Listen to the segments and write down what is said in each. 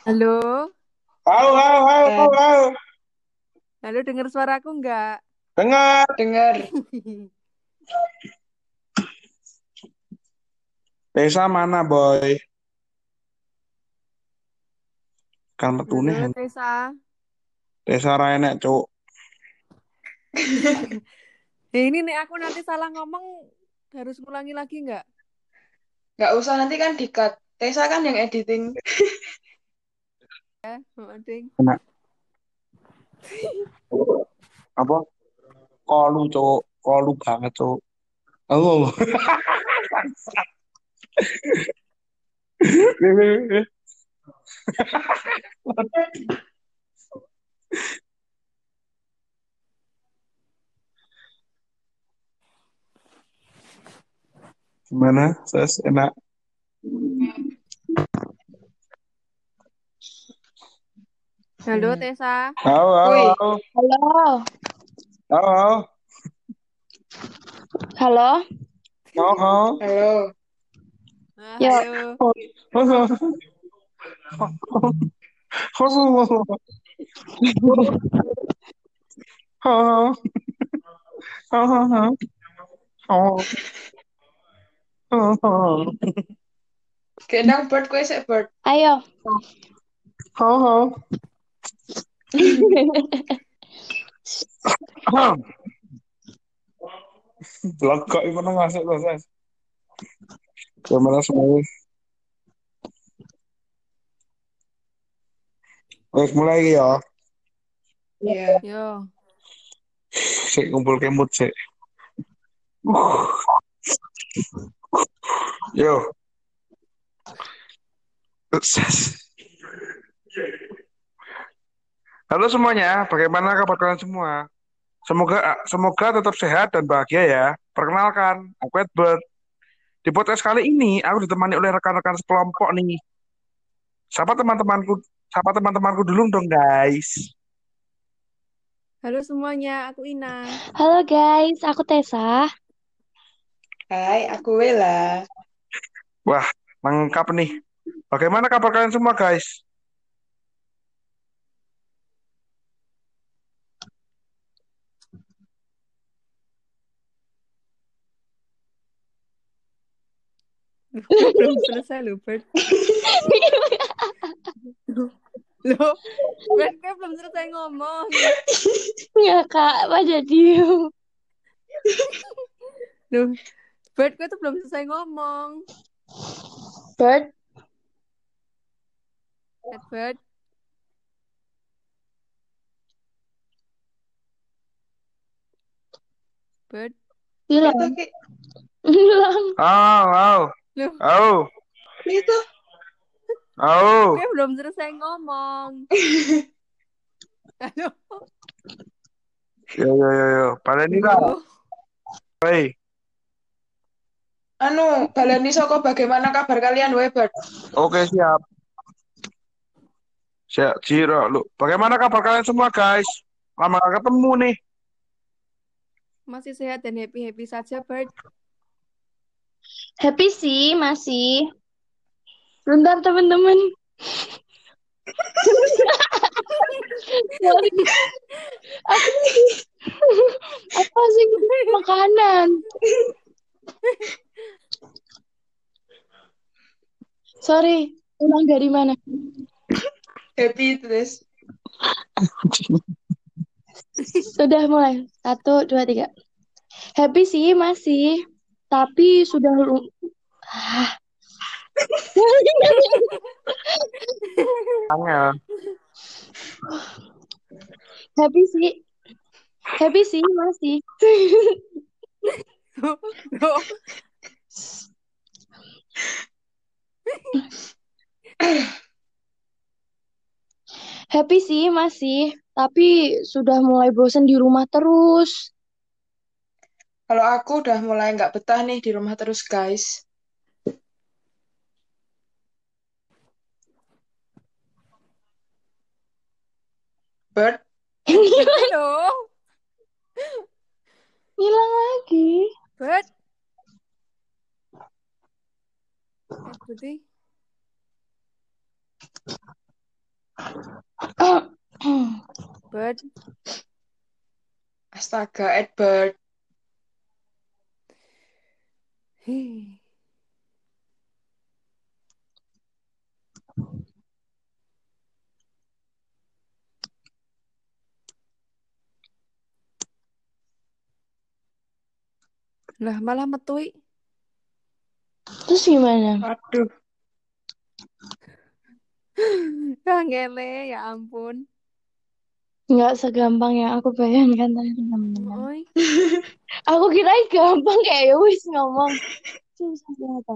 Halo, Halo, halo, halo, Eh, halo, halo. halo, dengar suaraku nggak? Dengar. dengar. Desa mana, boy? Kan metune Halo, hang. Tessa. Desa Raenek, cuk. Ini nih aku nanti salah ngomong harus ngulangi lagi nggak? Nggak usah nanti kan di-cut. Tessa kan yang editing. Ya, penting. Enak. Apa? Kolu, cuk. Kolu banget, cuk. Halo. Gimana? Ses, enak. Halo, Tessa. Halo, halo, Woi, halo. Halo, Halo, halo. halo, Halo, halo. halo. yuk. Halo. Halo. Halo. Halo. Halo. Halo. Halo. Gendang bird kue sik bird. Ayo. Halo. Halo. Vlog kok iku nang ngasih proses. Kamera semua. Wes mulai iki ya. Iya. Yo. Sik kumpul kemut sik. Yo. Ses. Halo semuanya, bagaimana kabar kalian semua? Semoga semoga tetap sehat dan bahagia ya. Perkenalkan, aku Edward. Di podcast kali ini aku ditemani oleh rekan-rekan sekelompok nih. Siapa teman-temanku? Siapa teman-temanku dulu dong, guys. Halo semuanya, aku Ina. Halo guys, aku Tessa. Hai, aku Wela. Wah, lengkap nih. Bagaimana kabar kalian semua, guys? Belum selesai loh, Bert. Loh, Bert, kan belum selesai ngomong. Ya kak, apa jadi? Loh, Bert, gue tuh belum selesai ngomong. Bird, Edward, Bert. Itu hilang, Ki. hilang. Oh, oh, Loh, oh, Itu. oh. gue belum selesai ngomong. Halo, Yo, yo, yo, yo. Pada ini lah. loh. Hei. Anu, baleni soko bagaimana kabar kalian, Webert? Oke, siap. Siap, Ciro. Lu, bagaimana kabar kalian semua, guys? Lama gak ketemu nih. Masih sehat dan happy-happy saja, Bert. Happy sih, masih. Bentar teman-teman. Sorry, apa sih? Apa sih makanan? Sorry, ulang dari mana? Happy terus. Sudah mulai. Satu, dua, tiga. Happy sih, masih. Tapi sudah Ah. Angel. Happy sih. Happy sih masih. Loh, Happy sih masih. Tapi sudah mulai bosan di rumah terus. Kalau aku udah mulai nggak betah nih di rumah terus, guys. Bird, Edward, halo. Hilang lagi. Bert, Edward, Edward. Astaga, Edward. Hih. Lah malah metui. Terus gimana? Aduh, Ngele, ya ampun. Nggak segampang yang aku bayangkan tadi teman-teman. Oi. Aku kirain gampang kayak ya wis ngomong. Susah ternyata.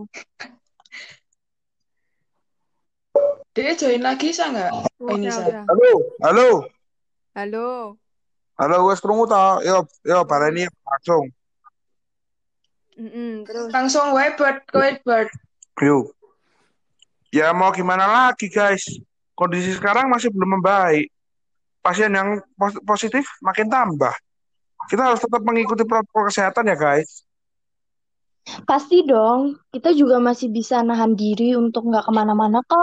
dia join lagi bisa nggak? Oh, ini Udah, Sa. udah. Halo, halo, Halo. halo, wes krungu ta? Yo, baleni langsung. Terus. Langsung Edward, ke Edward. Yuk. Ya mau gimana lagi guys? Kondisi sekarang masih belum membaik. Pasien yang positif makin tambah. Kita harus tetap mengikuti protokol kesehatan ya guys. Pasti dong, kita juga masih bisa nahan diri untuk nggak kemana-mana kok.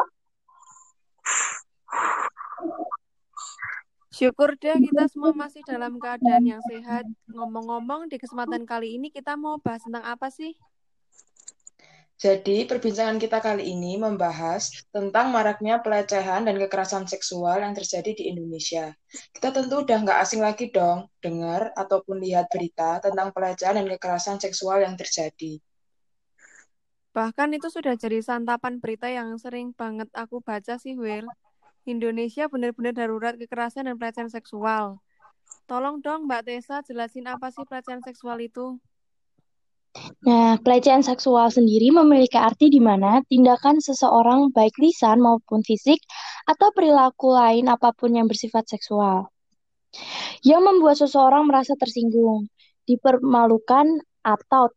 Syukur deh kita semua masih dalam keadaan yang sehat. Ngomong-ngomong, di kesempatan kali ini kita mau bahas tentang apa sih? Jadi, perbincangan kita kali ini membahas tentang maraknya pelecehan dan kekerasan seksual yang terjadi di Indonesia. Kita tentu udah nggak asing lagi dong dengar ataupun lihat berita tentang pelecehan dan kekerasan seksual yang terjadi. Bahkan itu sudah jadi santapan berita yang sering banget aku baca sih, Will. Indonesia benar-benar darurat kekerasan dan pelecehan seksual. Tolong dong Mbak Tessa jelasin apa sih pelecehan seksual itu? Nah, pelecehan seksual sendiri memiliki arti di mana tindakan seseorang baik lisan maupun fisik atau perilaku lain apapun yang bersifat seksual yang membuat seseorang merasa tersinggung, dipermalukan atau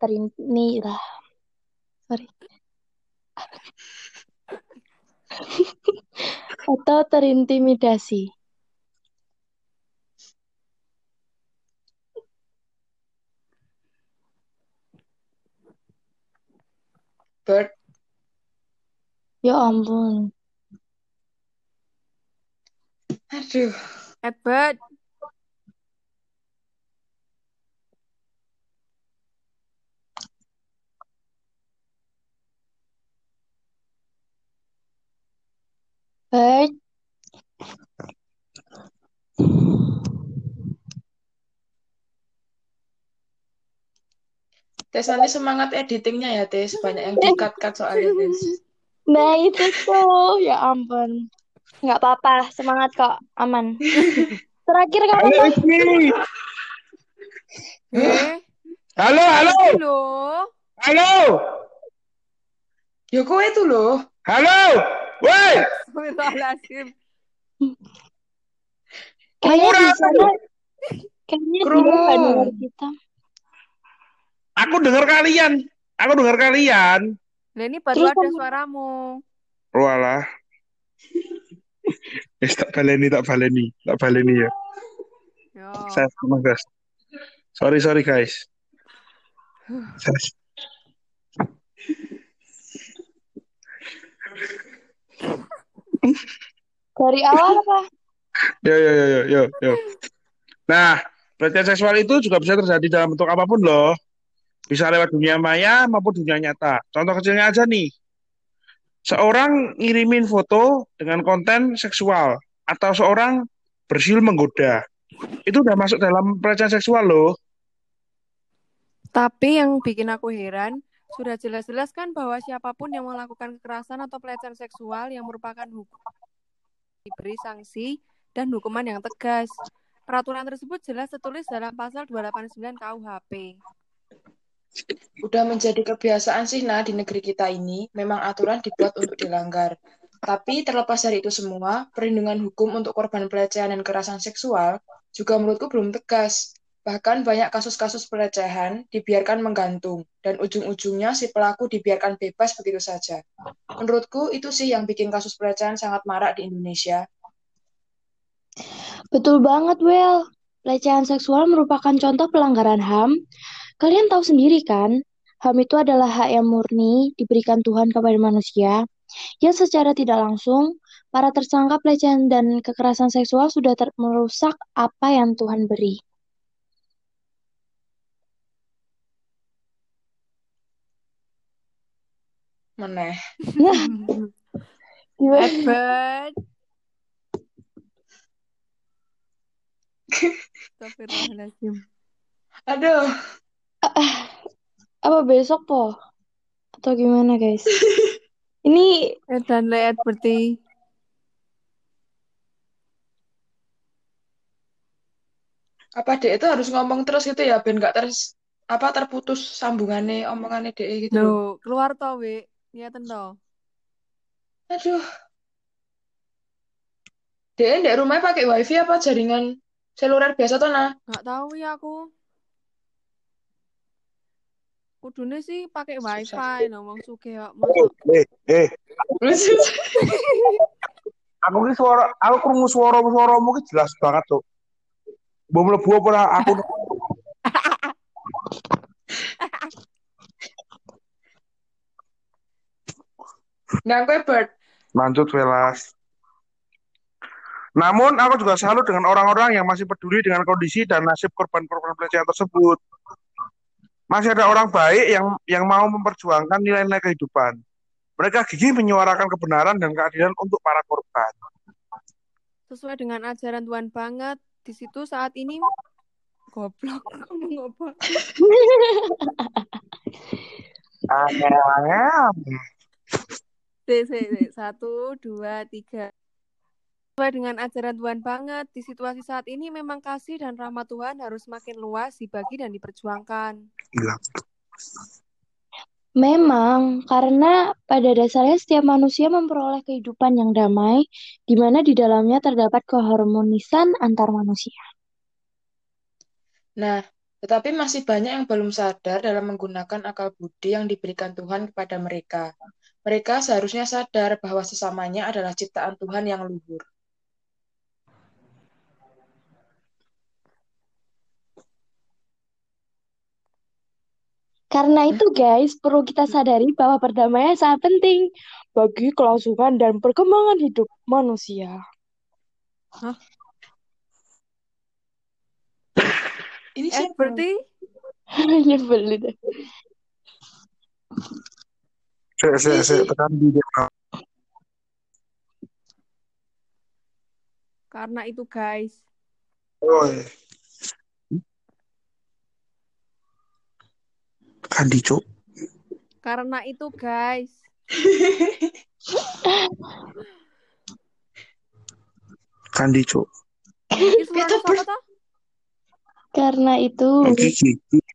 atau terintimidasi. Bert, Ya ampun. aduh, Edward, Baik. Tes nanti semangat editingnya ya, Tes. Banyak yang di-cut-cut soalnya, Tes. Nah itu tuh, ya ampun. Nggak apa-apa, semangat kok, aman. Terakhir kapan Halo tuh? Rizky. Halo, halo, ini loh. halo, Ya kowe itu loh. halo. Woi, Astagfirullahaladzim. Kayaknya di Kurang. sana, kayaknya dia Krungu. nggak dengar kita. aku dengar kalian. Aku dengar kalian. Nah ini baru Terus ada kamu- suaramu. Walah. Tak baleni ya. Yo. Saya sama guys. Sorry guys. Saya- Dari awal apa? Yo. Nah, pelecehan seksual itu juga bisa terjadi dalam bentuk apapun loh. Bisa lewat dunia maya maupun dunia nyata. Contoh kecilnya aja nih. Seorang ngirimin foto dengan konten seksual atau seorang bersiul menggoda. Itu udah masuk dalam pelecehan seksual loh. Tapi yang bikin aku heran, sudah jelas-jelas kan bahwa siapapun yang melakukan kekerasan atau pelecehan seksual yang merupakan hukum diberi sanksi dan hukuman yang tegas. Peraturan tersebut jelas tertulis dalam pasal 289 KUHP. Udah menjadi kebiasaan sih, nah, di negeri kita ini, memang aturan dibuat untuk dilanggar. Tapi terlepas dari itu semua, perlindungan hukum untuk korban pelecehan dan kekerasan seksual juga menurutku belum tegas. Bahkan banyak kasus-kasus pelecehan dibiarkan menggantung, dan ujung-ujungnya si pelaku dibiarkan bebas begitu saja. Menurutku itu sih yang bikin kasus pelecehan sangat marak di Indonesia. Betul banget, Wel. Pelecehan seksual merupakan contoh pelanggaran HAM. Kalian tahu sendiri kan, HAM itu adalah hak yang murni diberikan Tuhan kepada manusia, yang secara tidak langsung Para tersangka pelecehan dan kekerasan seksual sudah merusak apa yang Tuhan beri. Meneh. Nah, gimana? Hebat. Astagfirullahaladzim. Aduh. Apa besok po? Atau gimana guys? Ini Dan lihat berarti apa dek itu harus ngomong terus gitu ya, ben gak terputus sambungannya omongannya dek gitu no loh. keluar toh we niatan toh. Aduh, dek rumahnya pakai wifi apa jaringan seluler biasa tuh nah? Nggak tahu ya aku. Kudune sih pakai Susah. wifi ngomong suge kok masuk. Aku ki aku krungu suaramu ki jelas banget tuh. Mbok mlebu apa ora aku Nah, gue Bert. lanjut Velas. Namun aku juga salut dengan orang-orang yang masih peduli dengan kondisi dan nasib korban-korban pelecehan tersebut. Masih ada orang baik yang mau memperjuangkan nilai-nilai kehidupan. Mereka gigih menyuarakan kebenaran dan keadilan untuk para korban. Sesuai dengan ajaran Tuhan banget. Di situ saat ini goblok ngomong apa? Satu, dua, tiga. Sesuai dengan ajaran Tuhan banget. Di situasi saat ini memang kasih dan rahmat Tuhan harus makin luas dibagi dan diperjuangkan. Gila. memang karena pada dasarnya setiap manusia memperoleh kehidupan yang damai, di mana di dalamnya terdapat keharmonisan antar manusia. Nah, tetapi masih banyak yang belum sadar dalam menggunakan akal budi yang diberikan Tuhan kepada mereka. Mereka seharusnya sadar bahwa sesamanya adalah ciptaan Tuhan yang luhur. Karena itu guys, perlu kita sadari bahwa perdamaian sangat penting bagi kelangsungan dan perkembangan hidup manusia. Hah? Ini siapa? Berarti Nyebelin deh. Saya tekan di karena itu guys. Oh, iya. Kandi, Cuk. Karena itu guys. Kandi, Cuk. Ini suara siapa toh? Karena itu. Gigi.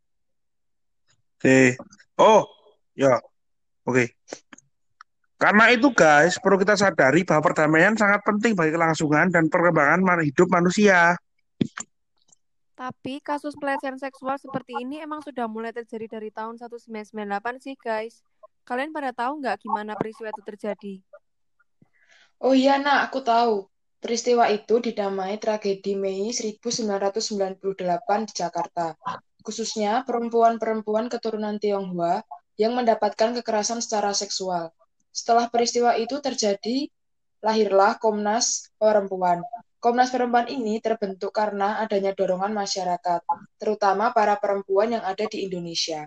Oh, ya. Oke. Karena itu guys, perlu kita sadari bahwa perdamaian sangat penting bagi kelangsungan dan perkembangan hidup manusia. Tapi kasus pelecehan seksual seperti ini emang sudah mulai terjadi dari tahun 1998 sih guys. Kalian pada tahu nggak gimana peristiwa itu terjadi? Oh iya, nah aku tahu. Peristiwa itu dinamai tragedi Mei 1998 di Jakarta. Khususnya perempuan-perempuan keturunan Tionghoa yang mendapatkan kekerasan secara seksual. Setelah peristiwa itu terjadi, lahirlah Komnas Perempuan. Komnas Perempuan ini terbentuk karena adanya dorongan masyarakat, terutama para perempuan yang ada di Indonesia.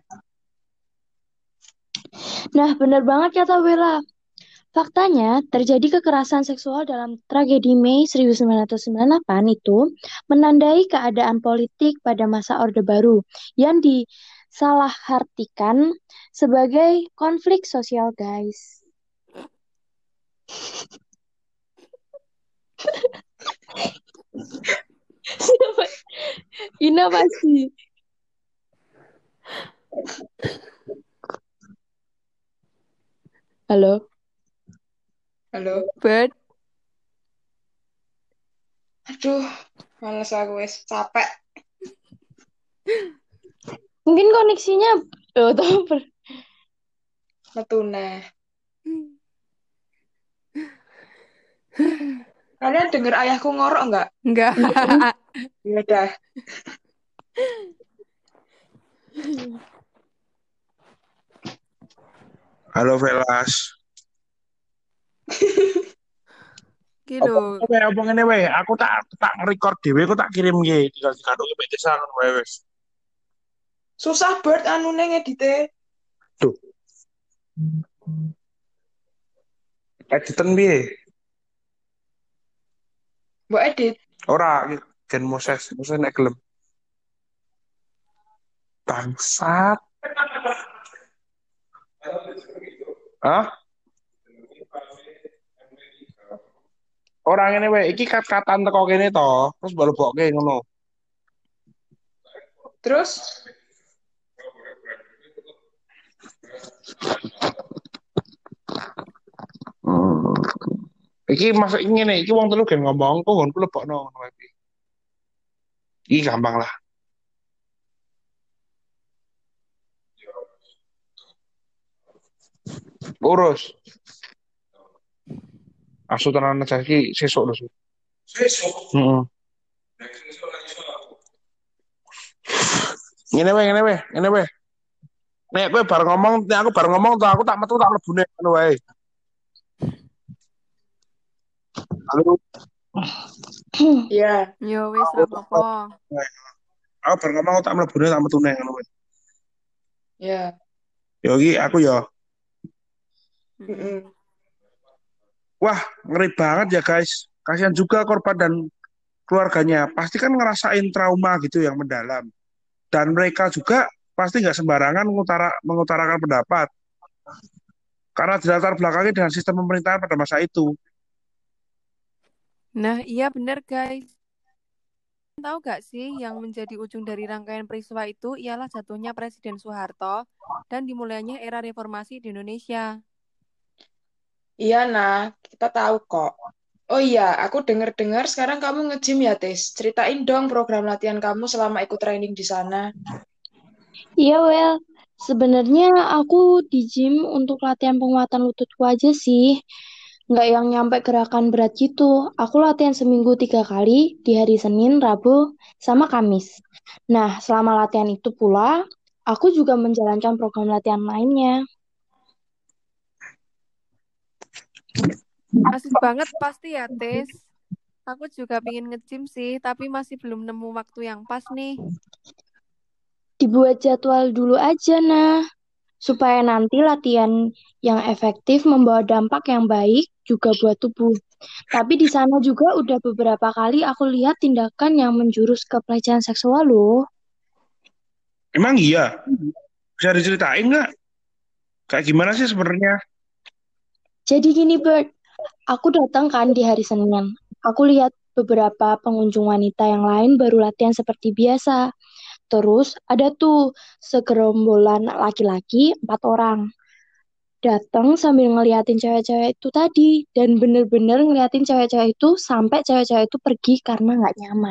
Nah, benar banget kata Bella. Faktanya, terjadi kekerasan seksual dalam tragedi Mei 1998 itu menandai keadaan politik pada masa Orde Baru yang disalahartikan sebagai konflik sosial, guys. Ina pasti. Halo. Halo. But Aduh, males aku wes capek. Mungkin koneksinya Metune. Kalian denger ayahku ngorok nggak? enggak. Ya dah. Halo Velas. Ki Apa lho, apa ngene wae, aku tak record dhewe, aku tak kirim nggih, tinggal dikandung mek desa ngono wae wis. Susah Bert anune ngedite. Tuh, editen piye? Mbok edit. Ora, Gen Moses, Moses nek gelem. Bangsat. Hah? Orang ini wae, iki kat-katan teko kene to, terus balebokke ngono. Terus Hmm. Iki masuk ngene, iki wong telu gen ngomong, kok nggonku lebokno ngono wae. Iki gampang lah. Urus. Asu tenan aja iki sesuk lho. Sesuk. Heeh. Ngene wae. Nek kowe bar ngomong, nek aku bar ngomong tuh aku tak metu tak mlebune ngono wae. Halo. ya, yo wis ra apa-apa. Aku bar ngomong aku tak mlebune tak metune ngono wae. ya. Yo iki aku yo. Mm-mm. Wah, ngeri banget ya guys. Kasihan juga korban dan keluarganya. Pasti kan ngerasain trauma gitu yang mendalam. Dan mereka juga pasti nggak sembarangan mengutarakan pendapat. Karena dilatar belakangi dengan sistem pemerintahan pada masa itu. Nah, iya bener guys. Tahu gak sih yang menjadi ujung dari rangkaian peristiwa itu ialah jatuhnya Presiden Soeharto dan dimulainya era reformasi di Indonesia. Iya, nah, kita tahu kok. Oh iya, aku dengar-dengar sekarang kamu nge-gym ya, Tis. Ceritain dong program latihan kamu selama ikut training di sana. Iya, Well. Sebenarnya aku di gym untuk latihan penguatan lututku aja sih. Nggak yang nyampe gerakan berat gitu. Aku latihan seminggu 3 kali di hari Senin, Rabu, sama Kamis. Nah, selama latihan itu pula, aku juga menjalankan program latihan lainnya. Asik banget pasti ya, Tes. Aku juga pingin nge-gym sih, tapi masih belum nemu waktu yang pas nih. Dibuat jadwal dulu aja, nah. Supaya nanti latihan yang efektif membawa dampak yang baik juga buat tubuh. Tapi di sana juga udah beberapa kali aku lihat tindakan yang menjurus ke pelecehan seksual loh. Emang iya? Bisa diceritain nggak? Kayak gimana sih sebenarnya? Jadi gini, Bert, aku datang kan di hari Senin. Aku lihat beberapa pengunjung wanita yang lain baru latihan seperti biasa. Terus ada tuh segerombolan laki-laki 4 orang. Datang sambil ngeliatin cewek-cewek itu tadi. Dan bener-bener ngeliatin cewek-cewek itu sampai cewek-cewek itu pergi karena nggak nyaman.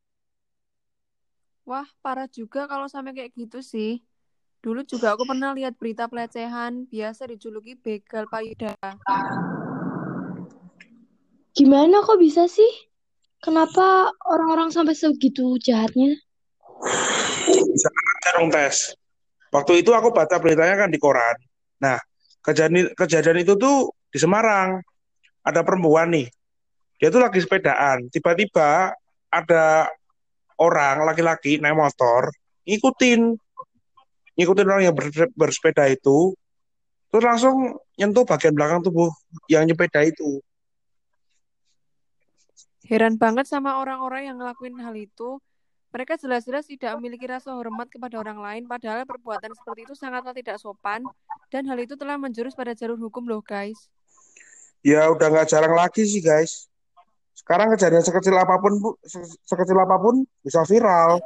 Wah, parah juga kalau sampai kayak gitu sih. Dulu juga aku pernah lihat berita pelecehan, biasa dijuluki begal payudara. Gimana kok bisa sih? Kenapa orang-orang sampai segitu jahatnya? Bisa aja dong tes. Waktu itu aku baca beritanya kan di koran. Nah, kejadian itu tuh di Semarang. Ada perempuan nih. Dia tuh lagi sepedaan. Tiba-tiba ada orang laki-laki naik motor ngikutin ngikutin orang yang bersepeda itu terus langsung nyentuh bagian belakang tubuh yang nyepeda itu. Heran banget sama orang-orang yang ngelakuin hal itu. Mereka jelas-jelas tidak memiliki rasa hormat kepada orang lain, padahal perbuatan seperti itu sangatlah tidak sopan, dan hal itu telah menjurus pada jalur hukum loh guys. Ya udah nggak jarang lagi sih guys. Sekarang kejadian sekecil apapun bisa viral.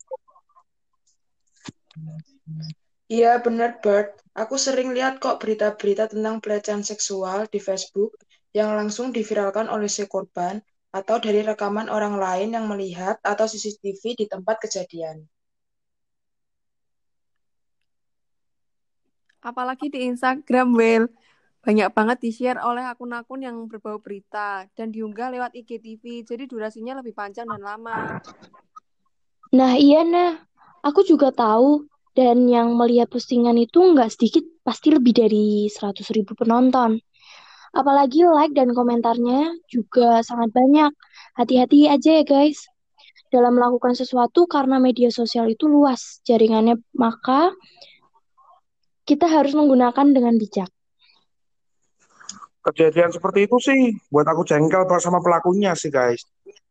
Iya, bener, Bert. Aku sering lihat kok berita-berita tentang pelecehan seksual di Facebook yang langsung diviralkan oleh si korban atau dari rekaman orang lain yang melihat atau CCTV di tempat kejadian. Apalagi di Instagram, Well. Banyak banget di-share oleh akun-akun yang berbau berita dan diunggah lewat IGTV, jadi durasinya lebih panjang dan lama. Nah iya aku juga tahu. Dan yang melihat postingan itu nggak sedikit, pasti lebih dari 100.000 penonton. Apalagi like dan komentarnya juga sangat banyak. Hati-hati aja ya guys dalam melakukan sesuatu karena media sosial itu luas jaringannya, maka kita harus menggunakan dengan bijak. Kejadian seperti itu sih buat aku jengkel sama pelakunya sih guys.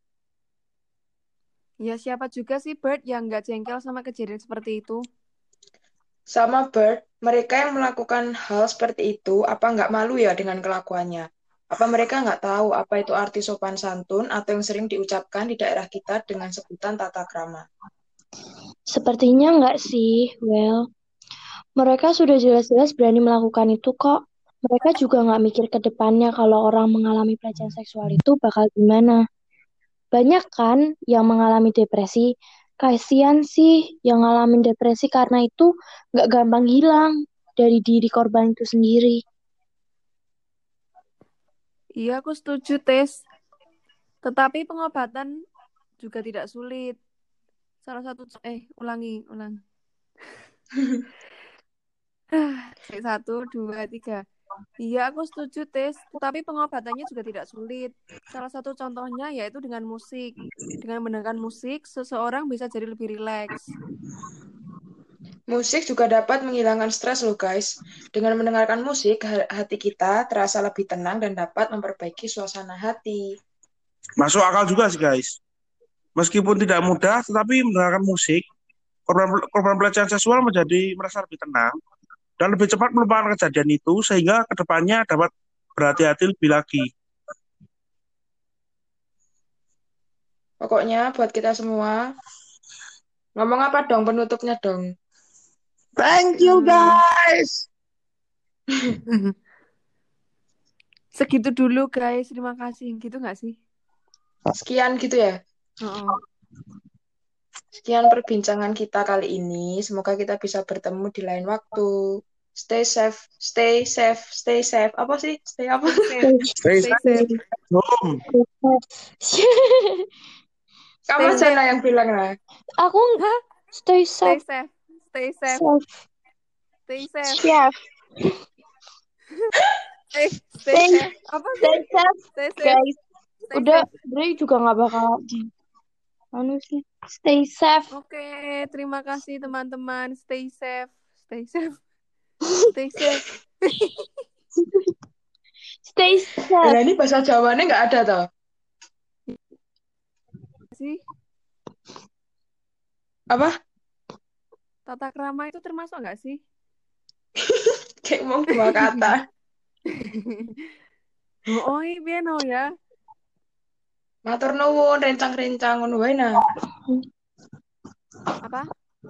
Ya siapa juga sih Bird yang nggak jengkel sama kejadian seperti itu? Sama Bird, mereka yang melakukan hal seperti itu, apa nggak malu ya dengan kelakuannya? Apa mereka nggak tahu apa itu arti sopan santun atau yang sering diucapkan di daerah kita dengan sebutan tata krama? Sepertinya enggak sih, well, mereka sudah jelas-jelas berani melakukan itu kok. Mereka juga nggak mikir ke depannya kalau orang mengalami pelecehan seksual itu bakal gimana. Banyak kan yang mengalami depresi. Kasian sih yang ngalamin depresi karena itu nggak gampang hilang dari diri korban itu sendiri. Iya, aku setuju, Tes. Tetapi pengobatan juga tidak sulit. Salah satu, ulang. Satu, dua, tiga. Iya, aku setuju, Tes. Tetapi pengobatannya juga tidak sulit. Salah satu contohnya yaitu dengan musik. Dengan mendengarkan musik, seseorang bisa jadi lebih rileks. Musik juga dapat menghilangkan stres loh guys. Dengan mendengarkan musik, hati kita terasa lebih tenang dan dapat memperbaiki suasana hati. Masuk akal juga sih guys. Meskipun tidak mudah, tetapi mendengarkan musik, korban pelecehan seksual menjadi merasa lebih tenang dan lebih cepat melupakan kejadian itu sehingga kedepannya dapat berhati-hati lebih lagi. Pokoknya buat kita semua, ngomong apa dong penutupnya dong? Thank you guys. Segitu dulu guys, terima kasih. Gitu nggak sih? Sekian gitu ya. Sekian perbincangan kita kali ini. Semoga kita bisa bertemu di lain waktu. Stay safe, stay safe, stay safe. Apa sih? Stay apa? Stay Stay safe. safe. Home. Kamu aja lah yang bilang lah. Aku stay Stay safe. safe. Stay safe. Stay safe. Chef. Stay safe. Apa sih? Stay safe, Stay safe. guys. Stay Udah, safe. Bray juga nggak bakal di sih. Stay safe. Oke, terima kasih teman-teman. Stay safe. Stay safe. Stay safe. Stay safe. Nah, ini bahasa Jawanya nggak ada toh? Sih. Apa? Tata krama itu termasuk nggak sih? Kayak mau 2 kata. Oh, iya no ya. Matur nuwun, rencang-rencang ngono wae nah. Apa?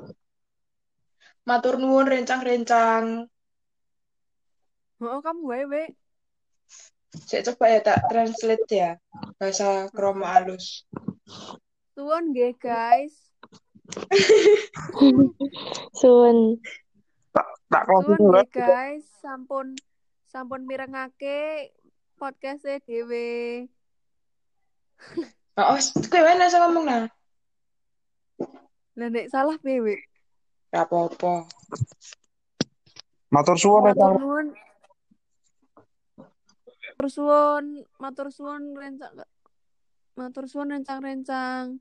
Matur nuwun, rencang-rencang. Oh, kamu wae. Saya coba ya tak translate ya bahasa kromo alus. Suwun nggih, guys. Sun. Tak Suwun dulu. nggih, guys. Sampun mirengake podcast-e dhewe. Oh, kowe wae nasa ngomong nah. Lah nek salah piye, Gak apa-apa. Matur suwun. Matur suwun rencang-rencang.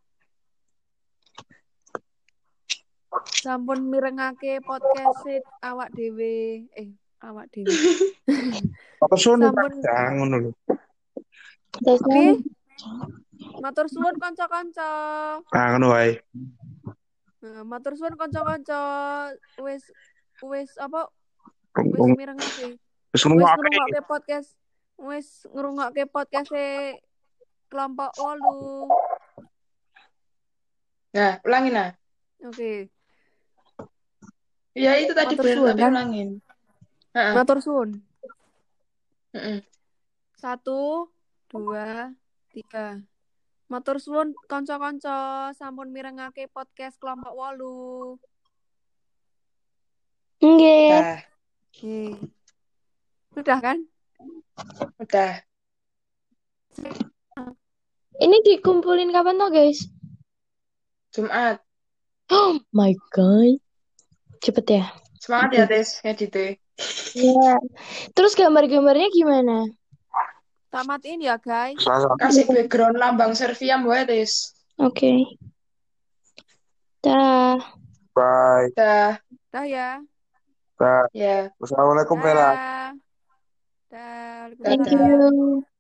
Sampun mirengake podcast awak dhewe. Awak dhewe. Matur suwun Sampun ngono lho. Oke. Matur suwun kanca-kanca. Nah, ngono wae. Matur suwun kanca-kanca. Wis apa? Wis mirengake. Wis ngrungokke podcast. Wis ngrungokke podcast-e kelompok 8. Nah, ulangin nah. Oke. Ya itu tadi benar tapi kan? ulangin. Matur suwun. 1, 2, 3. Matur suwun kanca-kanca sampun mirengake podcast kelompok 8. Nggih. Udah kan? Udah. Ini dikumpulin kapan toh, guys? Jumat. Oh my god. Cepet ya. Semangat ya, Tes, ngedit. Ya. Terus gambar-gambarnya gimana? Tak matiin ya, guys. Salah Kasih background lambang Serviam wae, Tis. Oke. Dah. Bye. Dah, Dah ya. Bye. ya. Wassalamualaikum Vela. Dah. Dah. Thank Dadah. Waalaikumsalam. you.